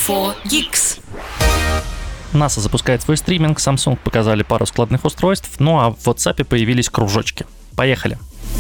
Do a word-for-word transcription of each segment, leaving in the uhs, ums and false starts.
фор Geeks. NASA запускает свой стриминг, Samsung показали пару складных устройств, ну а в WhatsApp появились кружочки. Поехали!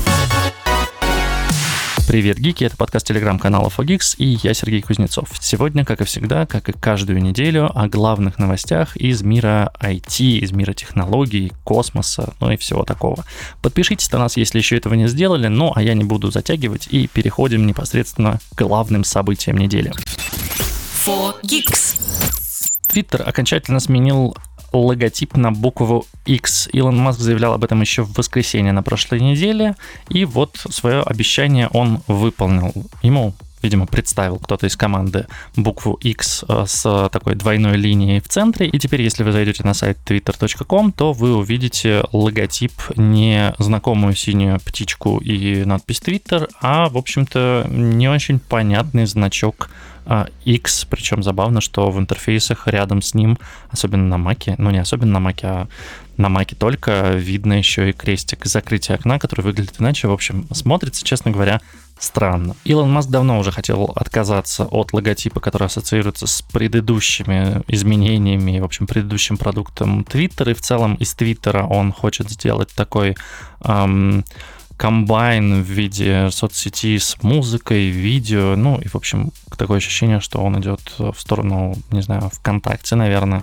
Привет, гики, это подкаст телеграм-канала фор Geeks, и я Сергей Кузнецов. Сегодня, как и всегда, как и каждую неделю, о главных новостях из мира ай ти, из мира технологий, космоса, ну и всего такого. Подпишитесь на нас, если еще этого не сделали, ну а я не буду затягивать, и переходим непосредственно к главным событиям недели. фор Geeks. Twitter окончательно сменил логотип на букву X. Илон Маск заявлял об этом еще в воскресенье на прошлой неделе, и вот свое обещание он выполнил. Ему, видимо, представил кто-то из команды букву X с такой двойной линией в центре, и теперь, если вы зайдете на сайт твиттер точка ком, то вы увидите логотип, не знакомую синюю птичку и надпись Twitter, а, в общем-то, не очень понятный значок X, причем забавно, что в интерфейсах рядом с ним, особенно на Mac'е, ну не особенно на Mac'е, а на Mac'е только, видно еще и крестик закрытия окна, который выглядит иначе. В общем, смотрится, честно говоря, странно. Илон Маск давно уже хотел отказаться от логотипа, который ассоциируется с предыдущими изменениями и, в общем, предыдущим продуктом Twitter, и в целом из Твиттера он хочет сделать такой... Эм, комбайн в виде соцсети с музыкой, видео, ну и, в общем, такое ощущение, что он идет в сторону, не знаю, ВКонтакте, наверное,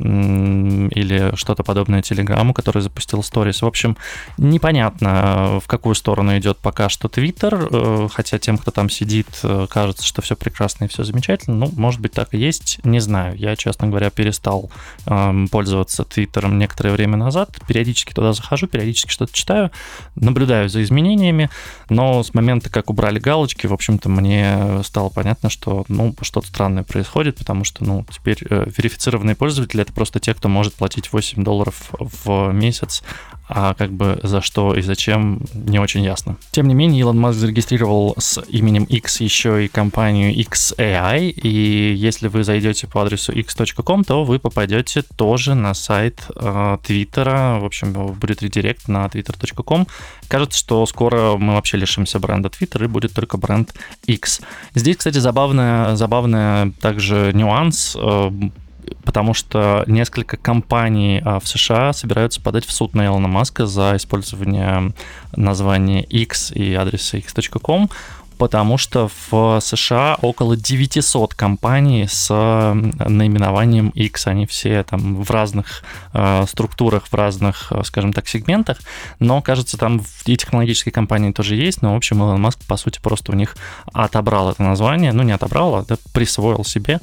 или что-то подобное Телеграму, который запустил сторис. В общем, непонятно, в какую сторону идет пока что Твиттер, хотя тем, кто там сидит, кажется, что все прекрасно и все замечательно. Ну, может быть, так и есть, не знаю. Я, честно говоря, перестал пользоваться Твиттером некоторое время назад. Периодически туда захожу, периодически что-то читаю, наблюдаю за изменениями, но с момента, как убрали галочки, в общем-то, мне стало понятно, что, ну, что-то странное происходит, потому что, ну, теперь э, верифицированные пользователи — это просто те, кто может платить восемь долларов в месяц, а как бы за что и зачем, не очень ясно. Тем не менее, Илон Маск зарегистрировал с именем X еще и компанию икс эй ай, и если вы зайдете по адресу икс точка ком, то вы попадете тоже на сайт э, Твиттера, в общем, будет редирект на твиттер точка ком. Кажется, что скоро мы вообще лишимся бренда Twitter, и будет только бренд X. Здесь, кстати, забавный, забавный также нюанс, э, потому что несколько компаний в США собираются подать в суд на Илона Маска за использование названия X и адреса икс точка ком, потому что в США около девятьсот компаний с наименованием X. Они все там в разных э, структурах, в разных, скажем так, сегментах, но, кажется, там и технологические компании тоже есть, но, в общем, Илон Маск, по сути, просто у них отобрал это название, ну, не отобрал, а присвоил себе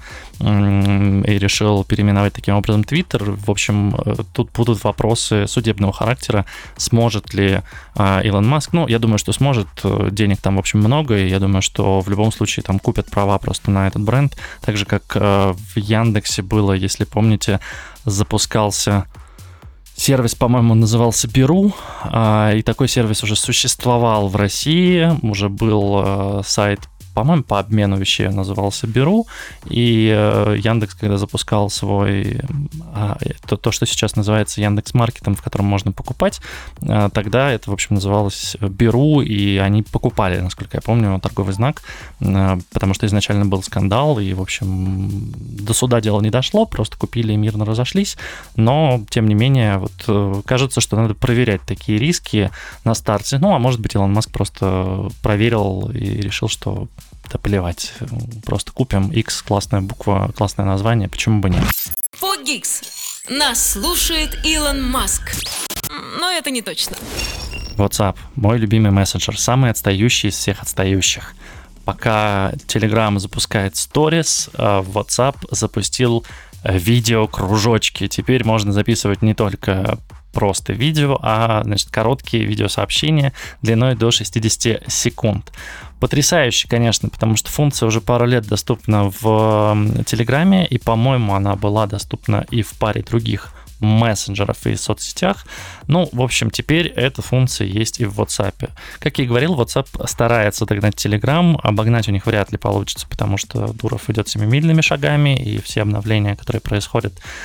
э, и решил переименовать таким образом Twitter. В общем, тут будут вопросы судебного характера, сможет ли э, Илон Маск, ну, я думаю, что сможет, денег там, в общем, много, и я думаю, что в любом случае там купят права просто на этот бренд. Так же, как э, в Яндексе было, если помните, запускался сервис, по-моему, назывался Беру, э, и такой сервис уже существовал в России, уже был э, сайт, по-моему, по обмену вещей он назывался Беру, и э, Яндекс, когда запускал свой, э, то, то, что сейчас называется Яндекс.Маркетом, в котором можно покупать, э, тогда это, в общем, называлось Беру, и они покупали, насколько я помню, торговый знак, э, потому что изначально был скандал, и, в общем, до суда дело не дошло, просто купили и мирно разошлись, но, тем не менее, вот э, кажется, что надо проверять такие риски на старте, ну, а может быть, Илон Маск просто проверил и решил, что да плевать, просто купим X, классная буква, классное название, почему бы нет. фор Geeks. Нас слушает Илон Маск. Но это не точно. WhatsApp, мой любимый мессенджер, самый отстающий из всех отстающих. Пока Telegram запускает Stories, WhatsApp запустил видео-кружочки. Теперь можно записывать не только просто видео, а, значит, короткие видеосообщения длиной до шестьдесят секунд. Потрясающе, конечно, потому что функция уже пару лет доступна в Телеграме, и, по-моему, она была доступна и в паре других мессенджеров и соцсетях. Ну, в общем, теперь эта функция есть и в WhatsApp. Как я и говорил, WhatsApp старается догнать Telegram, обогнать у них вряд ли получится, потому что Дуров идет семимильными шагами, и все обновления, которые происходят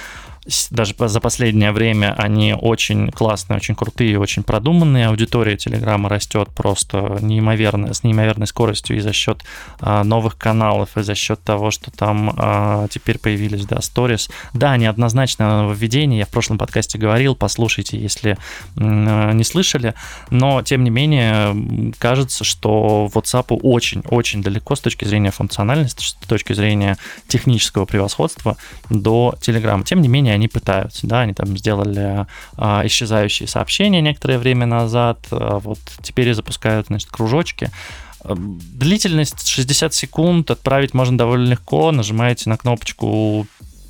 даже за последнее время они очень классные, очень крутые, очень продуманные. Аудитория Телеграма растет просто неимоверно, с неимоверной скоростью и за счет а, новых каналов, и за счет того, что там а, теперь появились, да, сторис. Да, неоднозначное нововведение, я в прошлом подкасте говорил, послушайте, если м, не слышали, но, тем не менее, кажется, что WhatsApp очень-очень далеко с точки зрения функциональности, с точки зрения технического превосходства до Telegram. Тем не менее, они пытаются, да, они там сделали а, исчезающие сообщения некоторое время назад, а, вот теперь и запускают, значит, кружочки. Длительность шестьдесят секунд, отправить можно довольно легко, нажимаете на кнопочку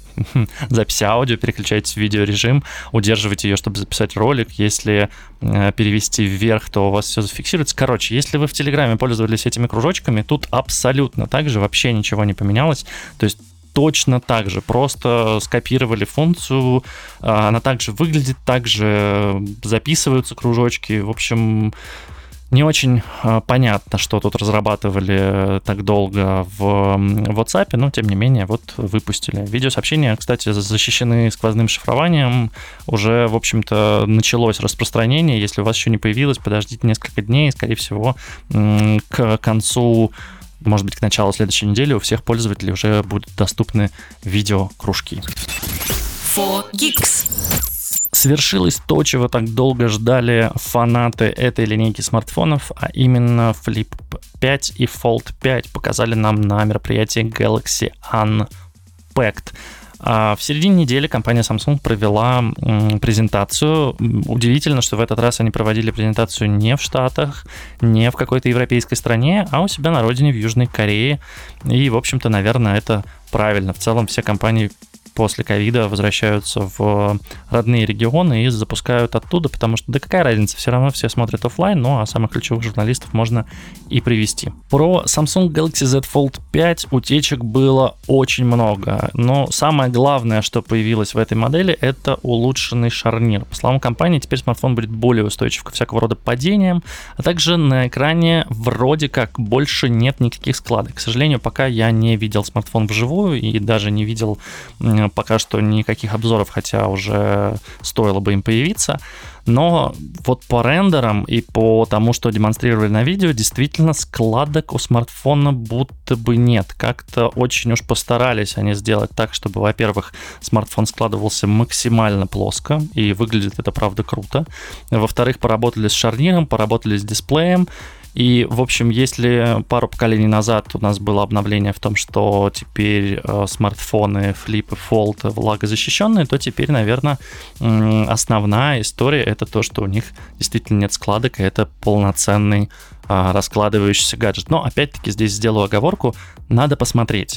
записи аудио, переключаетесь в видеорежим, удерживаете ее, чтобы записать ролик. Если э, перевести вверх, то у вас все зафиксируется. Короче, если вы в Телеграме пользовались этими кружочками, тут абсолютно так же, вообще ничего не поменялось. То есть точно так же, просто скопировали функцию, она также выглядит, также записываются кружочки. В общем, не очень понятно, что тут разрабатывали так долго в WhatsApp, но тем не менее вот выпустили. Видеосообщения, кстати, защищены сквозным шифрованием. Уже, в общем-то, началось распространение. Если у вас еще не появилось, подождите несколько дней, скорее всего, к концу, может быть, к началу следующей недели у всех пользователей уже будут доступны видеокружки. фор гикс. Свершилось то, чего так долго ждали фанаты этой линейки смартфонов, а именно Flip пять и Fold пять показали нам на мероприятии Galaxy Unpacked. В середине недели компания Samsung провела презентацию. Удивительно, что в этот раз они проводили презентацию не в Штатах, не в какой-то европейской стране, а у себя на родине в Южной Корее. И, в общем-то, наверное, это правильно. В целом все компании после ковида возвращаются в родные регионы и запускают оттуда, потому что, да какая разница, все равно все смотрят офлайн, ну а самых ключевых журналистов можно и привести. Про Samsung Galaxy Z Fold пять утечек было очень много, но самое главное, что появилось в этой модели, это улучшенный шарнир. По словам компании, теперь смартфон будет более устойчив к всякого рода падениям, а также на экране вроде как больше нет никаких складок. К сожалению, пока я не видел смартфон вживую и даже не видел пока что никаких обзоров, хотя уже стоило бы им появиться. Но вот по рендерам и по тому, что демонстрировали на видео, действительно складок у смартфона будто бы нет. Как-то очень уж постарались они сделать так, чтобы, во-первых, смартфон складывался максимально плоско, и выглядит это, правда, круто. Во-вторых, поработали с шарниром, поработали с дисплеем. И, в общем, если пару поколений назад у нас было обновление в том, что теперь э, смартфоны Flip и Fold влагозащищенные, то теперь, наверное, э, основная история — это то, что у них действительно нет складок, и это полноценный э, раскладывающийся гаджет. Но, опять-таки, здесь сделаю оговорку, надо посмотреть.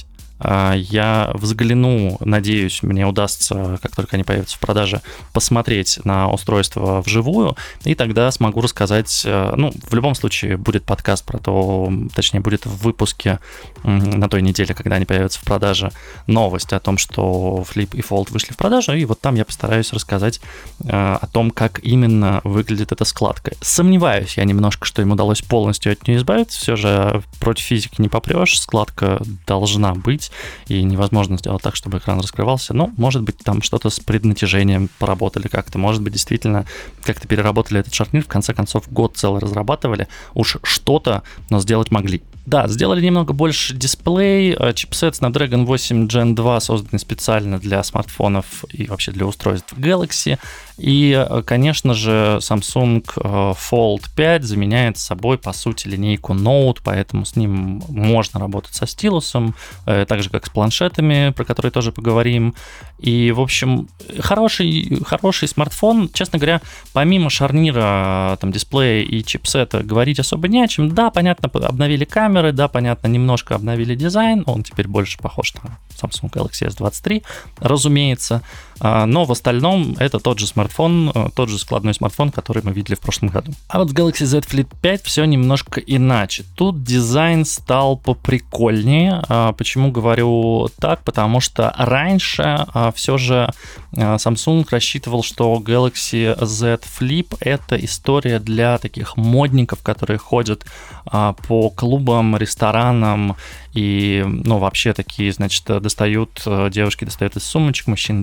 Я взгляну, надеюсь, мне удастся, как только они появятся в продаже, посмотреть на устройство вживую, и тогда смогу рассказать, ну, в любом случае будет подкаст про то, точнее, будет в выпуске на той неделе, когда они появятся в продаже, новость о том, что Flip и Fold вышли в продажу, и вот там я постараюсь рассказать о том, как именно выглядит эта складка. Сомневаюсь я немножко, что им удалось полностью от нее избавиться, все же против физики не попрешь, складка должна быть, и невозможно сделать так, чтобы экран раскрывался. Но, может быть, там что-то с преднатяжением поработали как-то. Может быть, действительно как-то переработали этот шарнир. В конце концов, год целый разрабатывали. Уж что-то, но сделать могли. Да, сделали немного больше дисплей. Чипсет Snapdragon восемь джен два, созданный специально для смартфонов и вообще для устройств Galaxy. И, конечно же, Samsung Fold пять заменяет собой, по сути, линейку Note, поэтому с ним можно работать со стилусом, так же, как с планшетами, про которые тоже поговорим. И, в общем, хороший, хороший смартфон. Честно говоря, помимо шарнира, там, дисплея и чипсета говорить особо не о чем. Да, понятно, обновили камеры, да, понятно, немножко обновили дизайн. Он теперь больше похож на Samsung Galaxy эс двадцать три, разумеется. Но в остальном это тот же смартфон, тот же складной смартфон, который мы видели в прошлом году. А вот с Galaxy Z Flip пять все немножко иначе. Тут дизайн стал поприкольнее. Почему говорю так? Потому что раньше все же Samsung рассчитывал, что Galaxy Z Flip — это история для таких модников, которые ходят по клубам, ресторанам и, ну, вообще такие, значит, достают, девушки достают из сумочек, мужчины достают из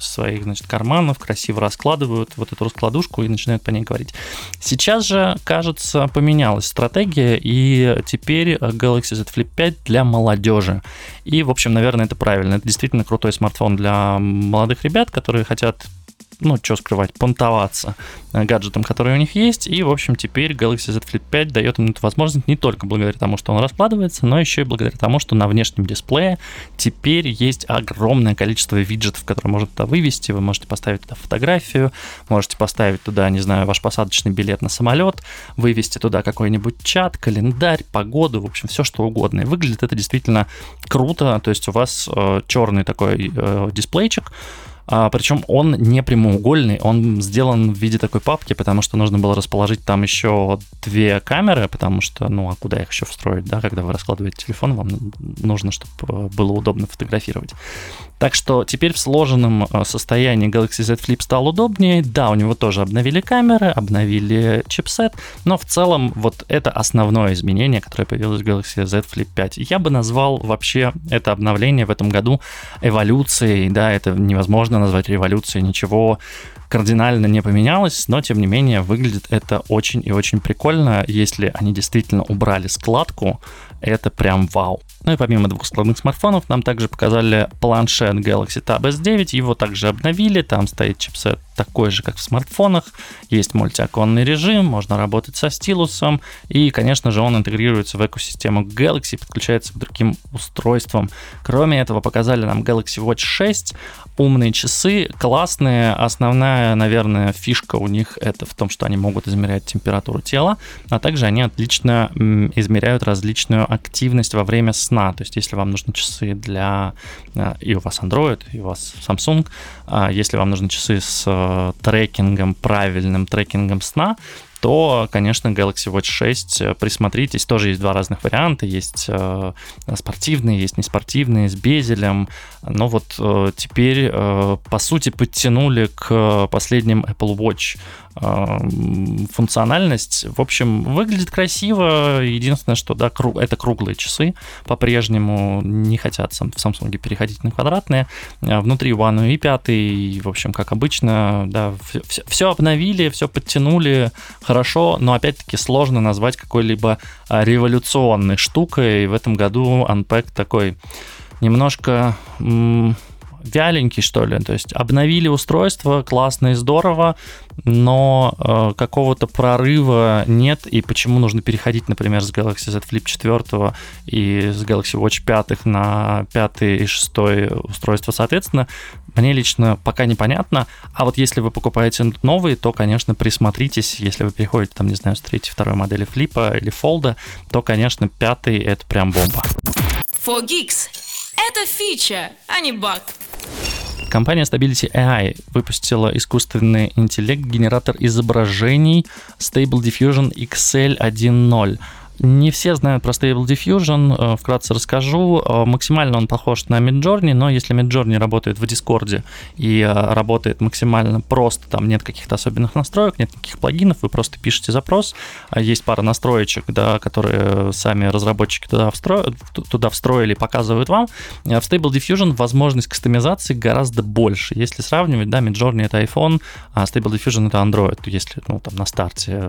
из своих, значит, карманов, красиво раскладывают вот эту раскладушку и начинают по ней говорить. Сейчас же, кажется, поменялась стратегия, и теперь Galaxy Z Flip пять для молодежи. И, в общем, наверное, это правильно. Это действительно крутой смартфон для молодых ребят, которые хотят, ну, что скрывать, понтоваться гаджетом, который у них есть. И, в общем, теперь Galaxy Z Flip пять дает им эту возможность не только благодаря тому, что он раскладывается, но еще и благодаря тому, что на внешнем дисплее теперь есть огромное количество виджетов, которые можно туда вывести. Вы можете поставить туда фотографию, можете поставить туда, не знаю, ваш посадочный билет на самолет, вывести туда какой-нибудь чат, календарь, погоду, в общем, все что угодно. И выглядит это действительно круто. То есть у вас э, черный такой э, дисплейчик, А, причем он не прямоугольный, он сделан в виде такой папки, потому что нужно было расположить там еще две камеры, потому что, ну, а куда их еще встроить, да, когда вы раскладываете телефон, вам нужно, чтобы было удобно фотографировать. Так что теперь в сложенном состоянии Galaxy Z Flip стал удобнее. Да, у него тоже обновили камеры, обновили чипсет, но в целом вот это основное изменение, которое появилось в Galaxy Z Flip пять. Я бы назвал вообще это обновление в этом году эволюцией, да, это невозможно назвать революцией, ничего кардинально не поменялось, но тем не менее выглядит это очень и очень прикольно. Если они действительно убрали складку, это прям вау. Ну и помимо двух складных смартфонов нам также показали планшет Galaxy Tab эс девять, его также обновили, там стоит чипсет такой же, как в смартфонах, есть мультиоконный режим, можно работать со стилусом, и, конечно же, он интегрируется в экосистему Galaxy, подключается к другим устройствам. Кроме этого, показали нам Galaxy Watch шесть, умные часы, классные. Основная, наверное, фишка у них это в том, что они могут измерять температуру тела, а также они отлично измеряют различную активность во время сна. То есть, если вам нужны часы для... И у вас Android, и у вас Samsung, если вам нужны часы с трекингом, правильным трекингом сна, то, конечно, Galaxy Watch шесть, присмотритесь, тоже есть два разных варианта, есть э, спортивные, есть неспортивные, с безелем, но вот э, теперь, э, по сути, подтянули к последним Apple Watch э, функциональность. В общем, выглядит красиво, единственное, что, да, круг, это круглые часы, по-прежнему не хотят в Samsung переходить на квадратные, внутри One ю и пять, в общем, как обычно, да, все, все обновили, все подтянули, хорошо, но опять-таки сложно назвать какой-либо революционной штукой. В этом году Unpacked такой немножко м- вяленький, что ли. То есть обновили устройство, классно и здорово, но э, какого-то прорыва нет. И почему нужно переходить, например, с Galaxy Z Flip четыре и с Galaxy Watch пять на пятый и шестой устройство, соответственно, мне лично пока непонятно. А вот если вы покупаете новые, то, конечно, присмотритесь. Если вы переходите, там, не знаю, с третьей, второй модели флипа или фолда, то, конечно, пятый — это прям бомба. фор Geeks. Это фича, а не баг. Компания Stability эй ай выпустила искусственный интеллект, генератор изображений Stable Diffusion икс эл один ноль. Не все знают про Stable Diffusion, вкратце расскажу. Максимально он похож на Midjourney, но если Midjourney работает в Discord и работает максимально просто, там нет каких-то особенных настроек, нет никаких плагинов, вы просто пишете запрос, есть пара настроечек, да, которые сами разработчики туда, встро... туда встроили и показывают вам. В Stable Diffusion возможность кастомизации гораздо больше. Если сравнивать, да, Midjourney — это iPhone, а Stable Diffusion — это Android, если, ну, там на старте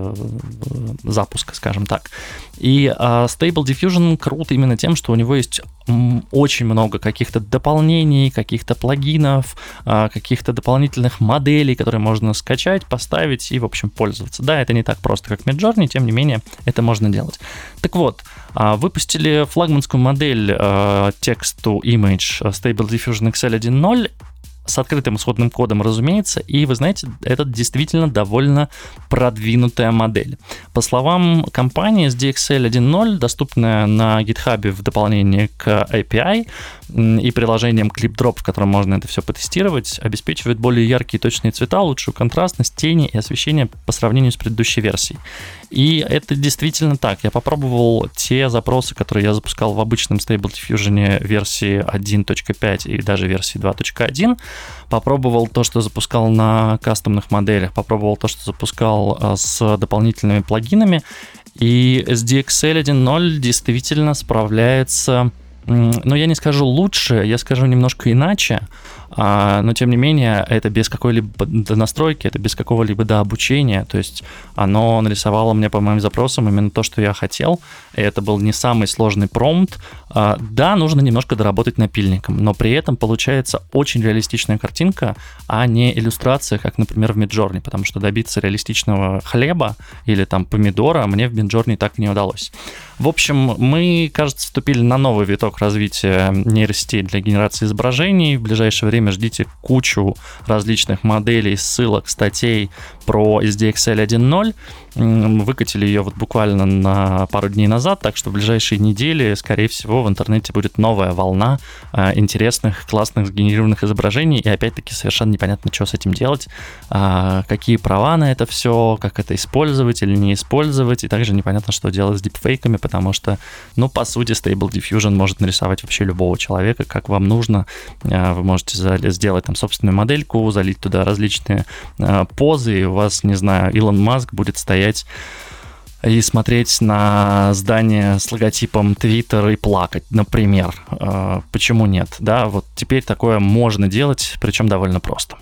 запуска, скажем так. И uh, Stable Diffusion крут именно тем, что у него есть очень много каких-то дополнений, каких-то плагинов, uh, каких-то дополнительных моделей, которые можно скачать, поставить и, в общем, пользоваться. Да, это не так просто, как Midjourney, тем не менее, это можно делать. Так вот, uh, выпустили флагманскую модель uh, Text-to-Image Stable Diffusion икс эл один ноль, с открытым исходным кодом, разумеется, и вы знаете, это действительно довольно продвинутая модель. По словам компании, эс ди икс эл один ноль, доступная на GitHub в дополнение к эй пи ай и приложением ClipDrop, в котором можно это все потестировать, обеспечивает более яркие и точные цвета, лучшую контрастность, тени и освещение по сравнению с предыдущей версией. И это действительно так. Я попробовал те запросы, которые я запускал в обычном Stable Diffusion версии один точка пять и даже версии два точка один. Попробовал то, что запускал на кастомных моделях, попробовал то, что запускал с дополнительными плагинами. И эс ди икс эл один ноль действительно справляется но я не скажу лучше, я скажу немножко иначе. Но, тем не менее, это без какой-либо настройки, это без какого-либо дообучения. То есть оно нарисовало мне по моим запросам именно то, что я хотел. И это был не самый сложный промпт. Да, нужно немножко доработать напильником, но при этом получается очень реалистичная картинка, а не иллюстрация, как, например, в Midjourney, потому что добиться реалистичного хлеба или там помидора мне в Midjourney так не удалось. В общем, мы, кажется, вступили на новый виток развития нейросетей для генерации изображений. В ближайшее время ждите кучу различных моделей, ссылок, статей про эс ди экс эл один ноль. Выкатили ее вот буквально на пару дней назад, так что в ближайшие недели, скорее всего, в интернете будет новая волна интересных, классных сгенерированных изображений. И опять-таки совершенно непонятно, что с этим делать, какие права на это все, как это использовать или не использовать. И также непонятно, что делать с дипфейками, потому что, ну, по сути, Stable Diffusion может нарисовать вообще любого человека, как вам нужно. Вы можете сделать там собственную модельку, залить туда различные позы, и у вас, не знаю, Илон Маск будет стоять и смотреть на здание с логотипом Twitter и плакать, например. Почему нет? Да, вот теперь такое можно делать, причем довольно просто.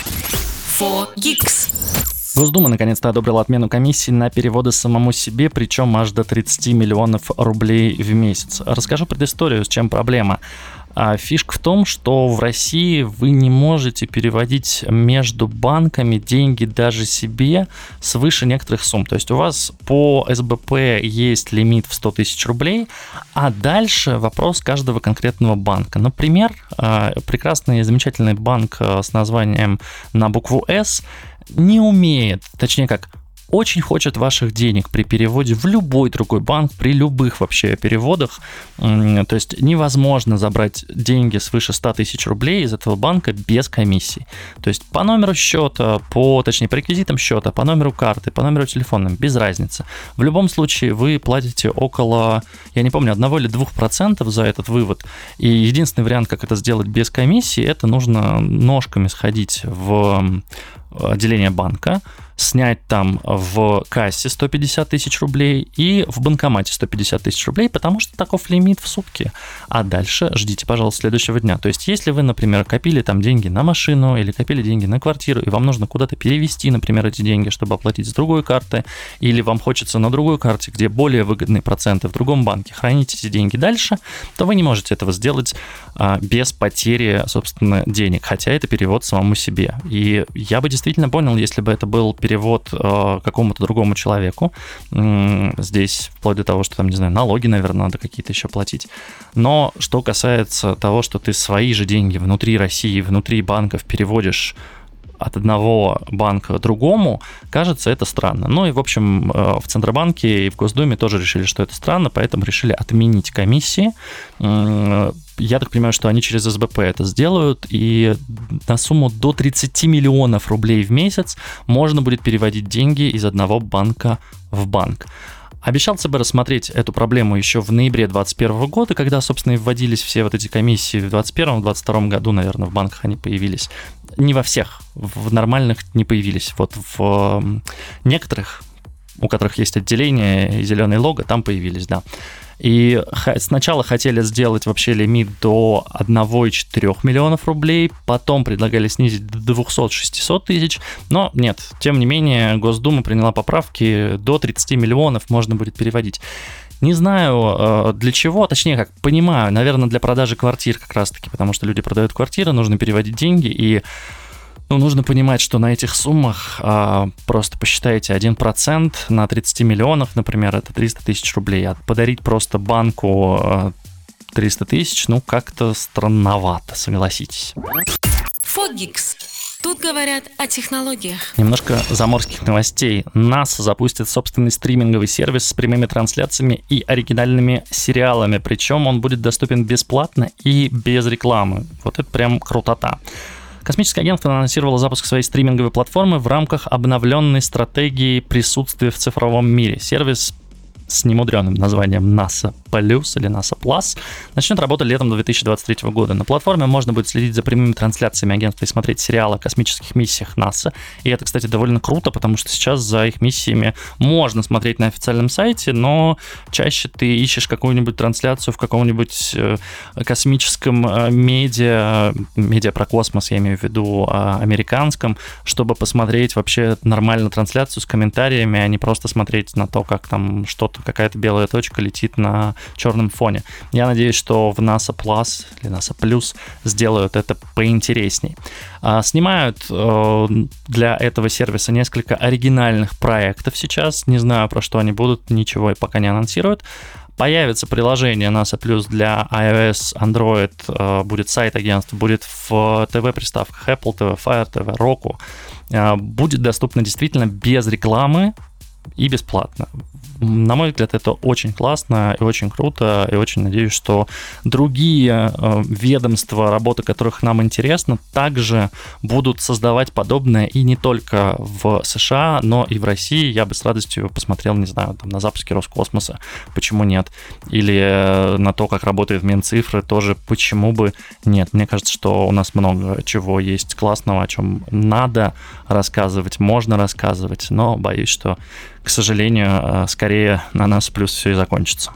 фор гикс. Госдума наконец-то одобрила отмену комиссии на переводы самому себе, причем аж до тридцать миллионов рублей в месяц. Расскажу предысторию, с чем проблема. А фишка в том, что в России вы не можете переводить между банками деньги даже себе свыше некоторых сумм. То есть у вас по эс бэ пэ есть лимит в сто тысяч рублей, а дальше вопрос каждого конкретного банка. Например, прекрасный и замечательный банк с названием на букву «С» не умеет, точнее как, очень хочет ваших денег при переводе в любой другой банк, при любых вообще переводах. То есть невозможно забрать деньги свыше ста тысяч рублей из этого банка без комиссии. То есть по номеру счета, по, точнее, по реквизитам счета, по номеру карты, по номеру телефона, без разницы. В любом случае вы платите около, я не помню, одного или двух процентов за этот вывод. И единственный вариант, как это сделать без комиссии, это нужно ножками сходить в отделение банка, снять там в кассе сто пятьдесят тысяч рублей и в банкомате сто пятьдесят тысяч рублей, потому что таков лимит в сутки. А дальше ждите, пожалуйста, следующего дня. То есть, если вы, например, копили там деньги на машину или копили деньги на квартиру, и вам нужно куда-то перевести, например, эти деньги, чтобы оплатить с другой карты, или вам хочется на другой карте, где более выгодные проценты в другом банке, хранить эти деньги дальше, то вы не можете этого сделать а, без потери, собственно, денег, хотя это перевод самому себе. И я бы действительно понял, если бы это был перевод перевод э, какому-то другому человеку. Здесь вплоть до того, что там, не знаю, налоги, наверное, надо какие-то еще платить. Но что касается того, что ты свои же деньги внутри России, внутри банков переводишь от одного банка к другому, кажется, это странно. Ну и, в общем, в Центробанке и в Госдуме тоже решили, что это странно, поэтому решили отменить комиссии. Я так понимаю, что они через эс бэ пэ это сделают, и на сумму до тридцать миллионов рублей в месяц можно будет переводить деньги из одного банка в банк. Обещал ЦБ рассмотреть эту проблему еще в ноябре двадцать первого года, когда, собственно, и вводились все вот эти комиссии в двадцать первом - двадцать втором году, наверное, в банках они появились. Не во всех, в нормальных не появились. Вот в некоторых, у которых есть отделение и зеленый лого, там появились, да. И сначала хотели сделать вообще лимит до одного целых четырех десятых миллионов рублей, потом предлагали снизить до двухсот-шестисот тысяч, но нет, тем не менее Госдума приняла поправки, до тридцати миллионов можно будет переводить. Не знаю для чего, точнее как, понимаю, наверное, для продажи квартир как раз-таки, потому что люди продают квартиры, нужно переводить деньги, и ну, нужно понимать, что на этих суммах а, просто посчитайте один процент на тридцати миллионах, например, это триста тысяч рублей. А подарить просто банку а, триста тысяч, ну, как-то странновато, согласитесь. фор гикс. Тут говорят о технологиях. Немножко заморских новостей. НАСА запустит собственный стриминговый сервис с прямыми трансляциями и оригинальными сериалами. Причем он будет доступен бесплатно и без рекламы. Вот это прям крутота. Космическое агентство анонсировало запуск своей стриминговой платформы в рамках обновленной стратегии присутствия в цифровом мире. Сервис с немудреным названием NASA Plus или NASA Plus начнет работать летом две тысячи двадцать третьего года. На платформе можно будет следить за прямыми трансляциями агентства и смотреть сериалы о космических миссиях НАСА. И это, кстати, довольно круто, потому что сейчас за их миссиями можно смотреть на официальном сайте, но чаще ты ищешь какую-нибудь трансляцию в каком-нибудь космическом медиа, медиа про космос, я имею в виду американском, чтобы посмотреть вообще нормально трансляцию с комментариями, а не просто смотреть на то, как там что-то, какая-то белая точка летит на черном фоне. Я надеюсь, что в NASA Plus или NASA Plus сделают это поинтересней. Снимают для этого сервиса несколько оригинальных проектов сейчас. Не знаю, про что они будут, ничего пока не анонсируют. Появится приложение NASA Plus для iOS, Android, будет сайт агентства, будет в ТВ-приставках Apple ти ви, Fire ти ви, Roku. Будет доступно действительно без рекламы и бесплатно. На мой взгляд, это очень классно и очень круто, и очень надеюсь, что другие ведомства, работы которых нам интересно, также будут создавать подобное и не только в США, но и в России. Я бы с радостью посмотрел, не знаю, там, на запуске Роскосмоса, почему нет, или на то, как работает Минцифры, тоже почему бы нет. Мне кажется, что у нас много чего есть классного, о чем надо рассказывать, можно рассказывать, но боюсь, что, к сожалению, скорее на нас плюс все и закончится.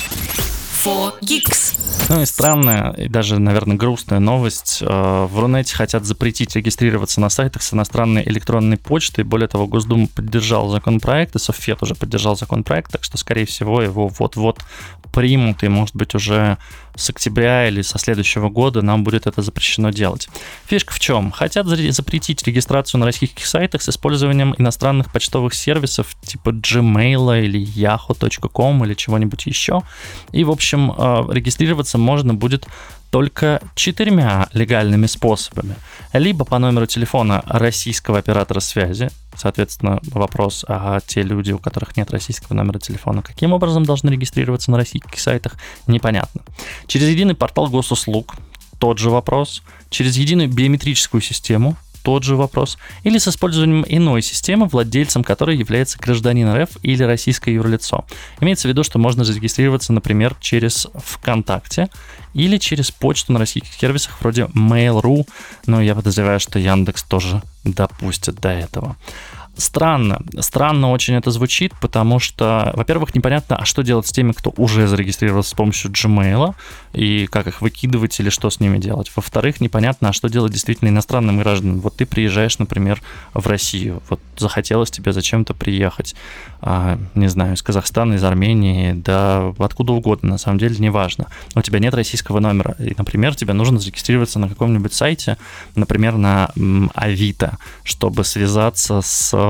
фор гикс. Ну и странная, и даже, наверное, грустная новость. В Рунете хотят запретить регистрироваться на сайтах с иностранной электронной почтой. Более того, Госдума поддержала законопроект, и Совфед уже поддержал законопроект, так что, скорее всего, его вот-вот примут, и, может быть, уже с октября или со следующего года нам будет это запрещено делать. Фишка в чем? Хотят запретить регистрацию на российских сайтах с использованием иностранных почтовых сервисов типа Gmail или яху точка ком или чего-нибудь еще. И, в общем, регистрироваться можно будет только четырьмя легальными способами. Либо по номеру телефона российского оператора связи, соответственно, вопрос, а те люди, у которых нет российского номера телефона, каким образом должны регистрироваться на российских сайтах, непонятно. Через единый портал госуслуг, тот же вопрос. Через единую биометрическую систему, тот же вопрос, или с использованием иной системы, владельцем которой является гражданин РФ или российское юрлицо. Имеется в виду, что можно зарегистрироваться, например, через ВКонтакте или через почту на российских сервисах вроде Mail точка ру, но я подозреваю, что Яндекс тоже допустит до этого. Странно, странно очень это звучит, потому что, во-первых, непонятно, а что делать с теми, кто уже зарегистрировался с помощью Gmail, и как их выкидывать или что с ними делать. Во-вторых, непонятно, а что делать действительно иностранным гражданам. Вот ты приезжаешь, например, в Россию, вот захотелось тебе зачем-то приехать, а, не знаю, из Казахстана, из Армении, да откуда угодно, на самом деле, неважно. У тебя нет российского номера, и, например, тебе нужно зарегистрироваться на каком-нибудь сайте, например, на Авито, чтобы связаться с,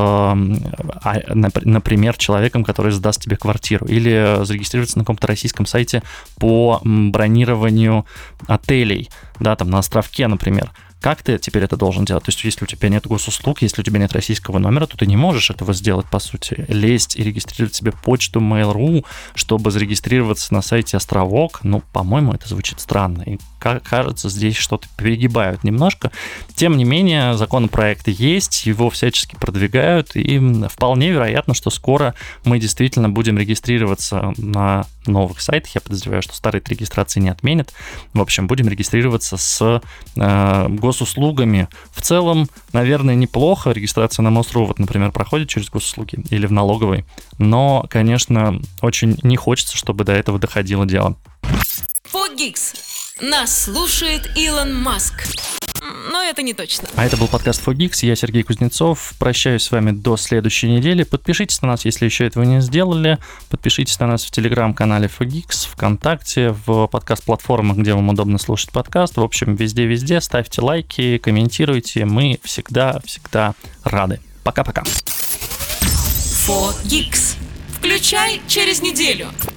например, человеком, который сдаст тебе квартиру, или зарегистрироваться на каком-то российском сайте по бронированию отелей, да, там на островке, например. Как ты теперь это должен делать? То есть, если у тебя нет госуслуг, если у тебя нет российского номера, то ты не можешь этого сделать, по сути. Лезть и регистрировать себе почту Mail точка ру, чтобы зарегистрироваться на сайте Островок, ну, по-моему, это звучит странно. И, кажется, здесь что-то перегибают немножко. Тем не менее, законопроект есть, его всячески продвигают, и вполне вероятно, что скоро мы действительно будем регистрироваться на новых сайтах. Я подозреваю, что старые регистрации не отменят. В общем, будем регистрироваться с э, госуслугами. В целом, наверное, неплохо. Регистрация на МОСРУ, вот, например, проходит через госуслуги или в налоговой. Но, конечно, очень не хочется, чтобы до этого доходило дело. фор гикс. Нас слушает Илон Маск. Но это не точно. А это был подкаст фор гикс. Я Сергей Кузнецов. Прощаюсь с вами до следующей недели. Подпишитесь на нас, если еще этого не сделали. Подпишитесь на нас в телеграм-канале фор гикс, ВКонтакте, в подкаст-платформах, где вам удобно слушать подкаст. В общем, везде-везде. Ставьте лайки, комментируйте. Мы всегда-всегда рады. Пока-пока. фор гикс. Включай через неделю.